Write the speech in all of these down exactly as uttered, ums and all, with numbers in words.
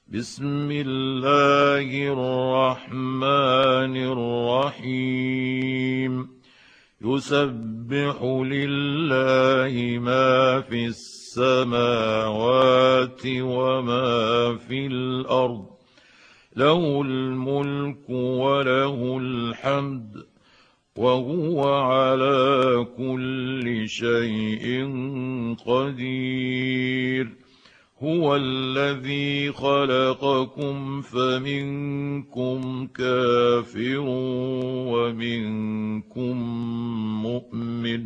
بسم الله الرحمن الرحيم يسبح لله ما في السماوات وما في الأرض له الملك وله الحمد وهو على كل شيء قدير هو الذي خلقكم فمنكم كافر ومنكم مؤمن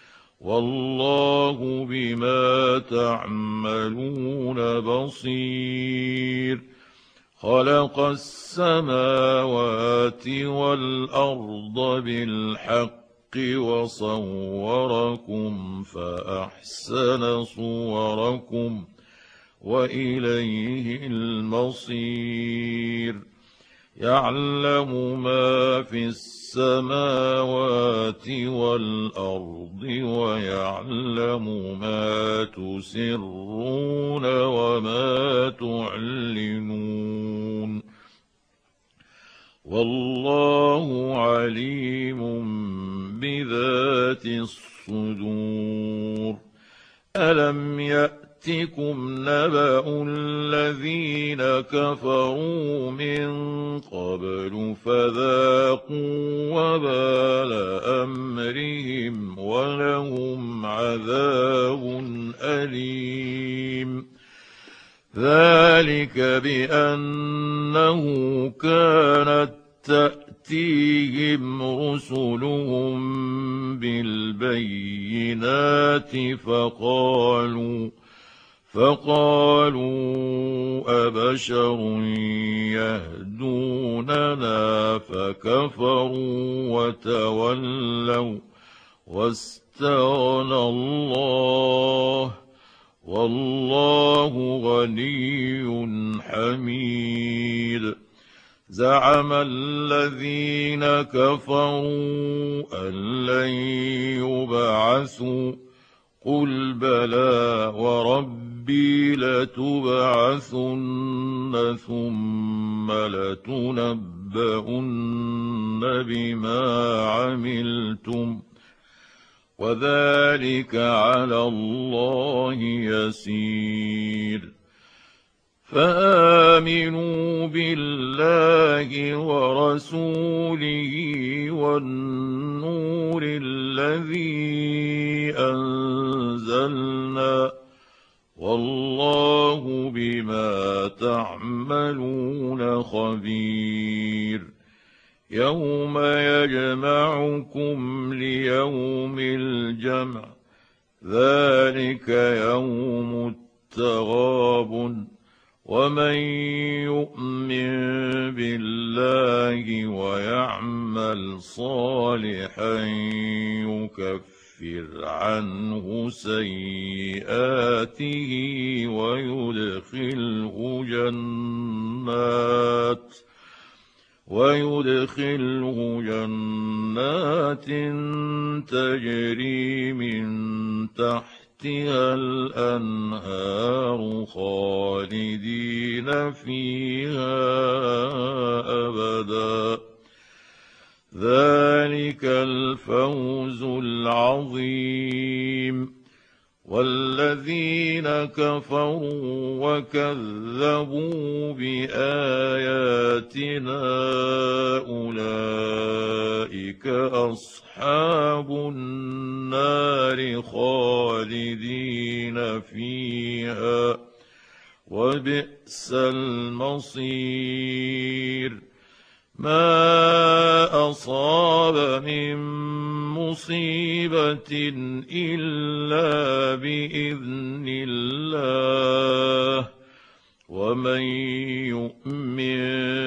والله بما تعملون بصير خلق السماوات والأرض بالحق وصوركم فأحسن صوركم وإليه المصير يعلم ما في السماوات والأرض ويعلم ما تسرون وما تعلنون والله عليم بذات الصدور ألم يأتكم نبأ الذين كفروا من قبل فذاقوا وبال أمرهم ولهم عذاب أليم ذلك بأنه كانت تأتيهم رسلهم بالبينات فقالوا فقالوا أبشر يهدوننا فكفروا وتولوا واستغنى الله والله غني حميد زعم الذين كفروا أن لن يبعثوا قل بلى وربي لتبعثن ثم لتنبؤن بما عملتم وذلك على الله يسير فآمنوا بالله ورسوله والنور الذي أنزلنا والله بما تعملون خبير يوم يجمعكم ليوم الجمع ذلك يوم التغابن ومن يؤمن بالله ويعمل صالحا يكفر عنه سيئاته ويدخله جنات ويدخله جنات تجري من تحتها الأنهار خالدين فيها أبدا ذلك الفوز العظيم والذين كفروا وكذبوا بآياتنا أولئك أصحاب النار خالدين فيها وبئس المصير ما أصاب من مصيبة إلا بإذن الله ومن يؤمن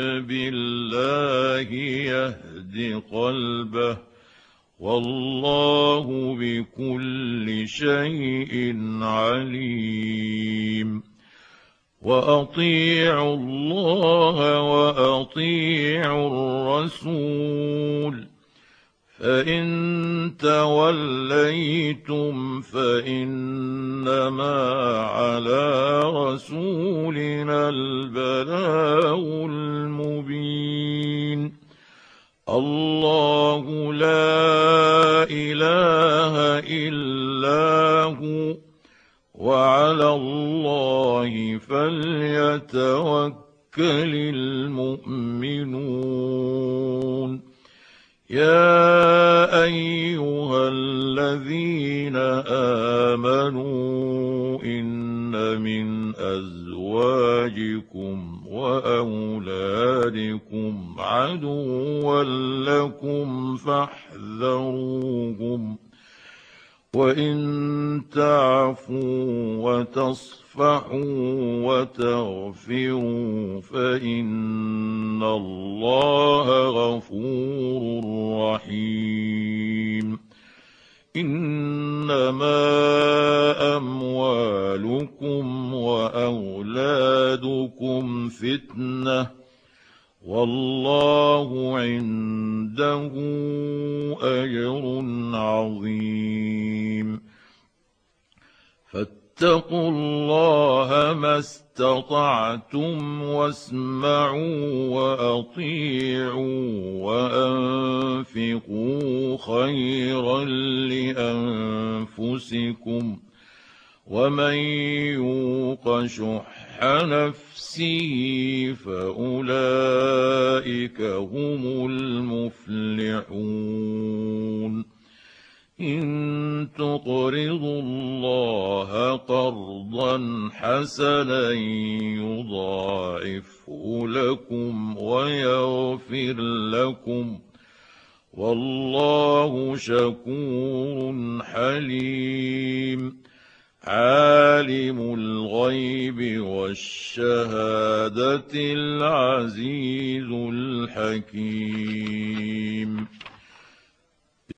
بالله يهد قلبه والله بكل شيء عليم وأطيعوا الله وأطيعوا الرسول فإن توليتم فإنما على رسولنا البلاغ المبين. الله لا إله إلا هو وعلى الله فليتوكل المؤمنون. يا أيها الذين آمنوا إن من أزواجكم وأولادكم عدوا لكم فاحذروهم، وإن تعفوا وتصفحوا وتغفروا فإن الله غفور رحيم. إنما أموالكم وأولادكم فتنة والله عنده أجر عظيم. فاتقوا الله ما استطعتم واسمعوا وأطيعوا وأنفقوا خيرا لأنفسكم، ومن يوق شح نفسه فأولئك هم المفلحون. إن تقرضوا الله قرضا حسنا يضاعفه لكم ويغفر لكم، والله شكور حليم. عالم الغيب والشهادة العزيز الحكيم.